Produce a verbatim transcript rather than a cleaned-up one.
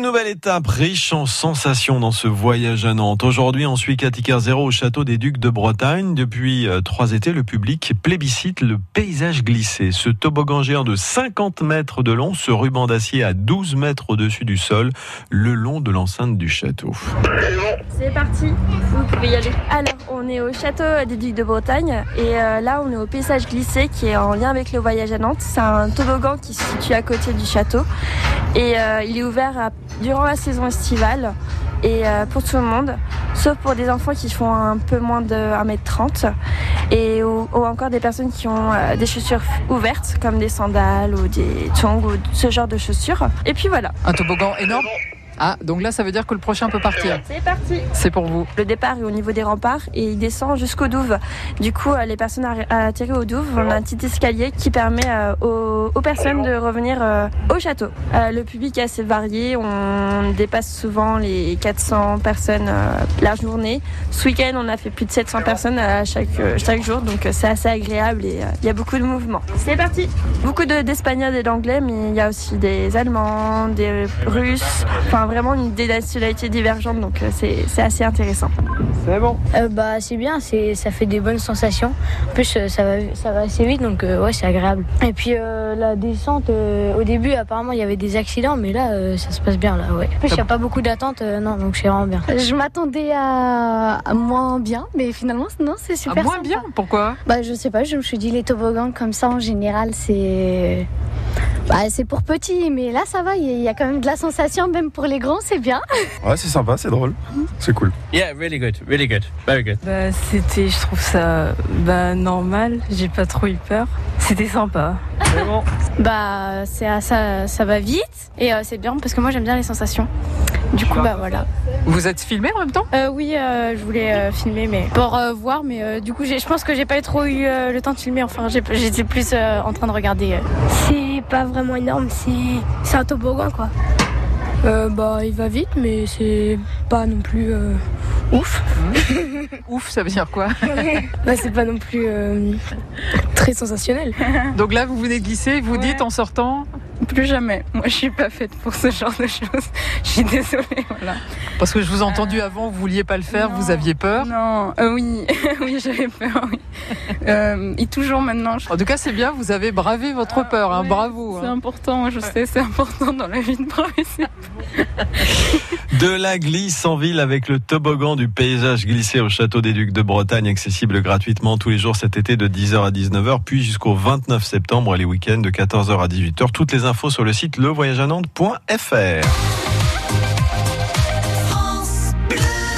nouvelle étape riche en sensations dans ce voyage à Nantes. Aujourd'hui, on suit Cathy Kerzero au château des Ducs de Bretagne. Depuis euh, trois étés, le public plébiscite le paysage glissé. Ce toboggan géant de cinquante mètres de long, ce ruban d'acier à douze mètres au-dessus du sol, le long de l'enceinte du château. C'est parti, vous pouvez y aller. Alors, on est au château des Ducs de Bretagne et euh, là, on est au paysage glissé qui est en lien avec le voyage à Nantes. C'est un toboggan qui se situe à côté du château et euh, il est ouvert à, durant la saison estivale et euh, pour tout le monde, sauf pour des enfants qui font un peu moins de un mètre trente et ou, ou encore des personnes qui ont euh, des chaussures ouvertes comme des sandales ou des tongs ou ce genre de chaussures. Et puis voilà. Un toboggan énorme. Ah, donc là, ça veut dire que le prochain peut partir. C'est parti. C'est pour vous. Le départ est au niveau des remparts et il descend jusqu'au Douves. Du coup, les personnes atterrées au Douves, on a un petit escalier qui permet aux, aux personnes de revenir au château. Le public est assez varié. On dépasse souvent les quatre cents personnes la journée. Ce week-end, on a fait plus de sept cents personnes à chaque, chaque jour. Donc, c'est assez agréable et il y a beaucoup de mouvements. C'est parti. Beaucoup de, d'Espagnols et d'Anglais, mais il y a aussi des Allemands, des Russes. Enfin, vraiment une des nationalités divergentes, donc c'est, c'est assez intéressant. C'est bon. Euh, bah c'est bien, c'est, ça fait des bonnes sensations. En plus ça va, ça va assez vite, donc euh, ouais c'est agréable. Et puis euh, la descente, euh, au début apparemment il y avait des accidents, mais là euh, ça se passe bien là. Ouais. En plus il n'y a pas beaucoup d'attente, euh, non donc c'est vraiment bien. Je m'attendais à, à moins bien, mais finalement non c'est super. À moins sympa. Bien, pourquoi ? Bah je sais pas, je me suis dit les toboggans comme ça en général c'est. Bah, c'est pour petits, mais là ça va, il y, y a quand même de la sensation, même pour les grands, c'est bien. Ouais, c'est sympa, c'est drôle, c'est cool. Yeah, really good, really good, very good. Bah, c'était, je trouve ça bah, normal, j'ai pas trop eu peur. C'était sympa. C'est bon. Bah, c'est, ça, ça va vite et euh, c'est bien parce que moi j'aime bien les sensations. Du coup, bah voilà. Vous êtes filmé en même temps ? euh, Oui, euh, je voulais euh, filmer, mais pour euh, voir, mais euh, du coup, j'ai, je pense que j'ai pas trop eu euh, le temps de filmer. Enfin, j'ai, j'étais plus euh, en train de regarder. Euh. C'est pas vraiment énorme, c'est, c'est un toboggan quoi. Euh, bah, il va vite, mais c'est pas non plus euh, ouf. Ouf, ça veut dire quoi ? Bah, c'est pas non plus euh, très sensationnel. Donc là, vous venez de glisser, vous Ouais. dites en sortant ? Plus jamais. Moi, je suis pas faite pour ce genre de choses. Je suis désolée, voilà. Parce que je vous ai entendu avant, vous vouliez pas le faire, Non. vous aviez peur. Non, euh, oui, oui, j'avais peur, oui. Euh, et toujours maintenant. Je... En tout cas, c'est bien, vous avez bravé votre peur, hein, ouais, bravo. C'est hein. important, je sais, c'est important dans la vie de braver ses peurs. De la glisse en ville avec le toboggan du paysage glissé au château des Ducs de Bretagne, accessible gratuitement tous les jours cet été de dix heures à dix-neuf heures, puis jusqu'au vingt-neuf septembre, les week-ends de quatorze heures à dix-huit heures. Toutes les infos sur le site le voyage à nantes point f r.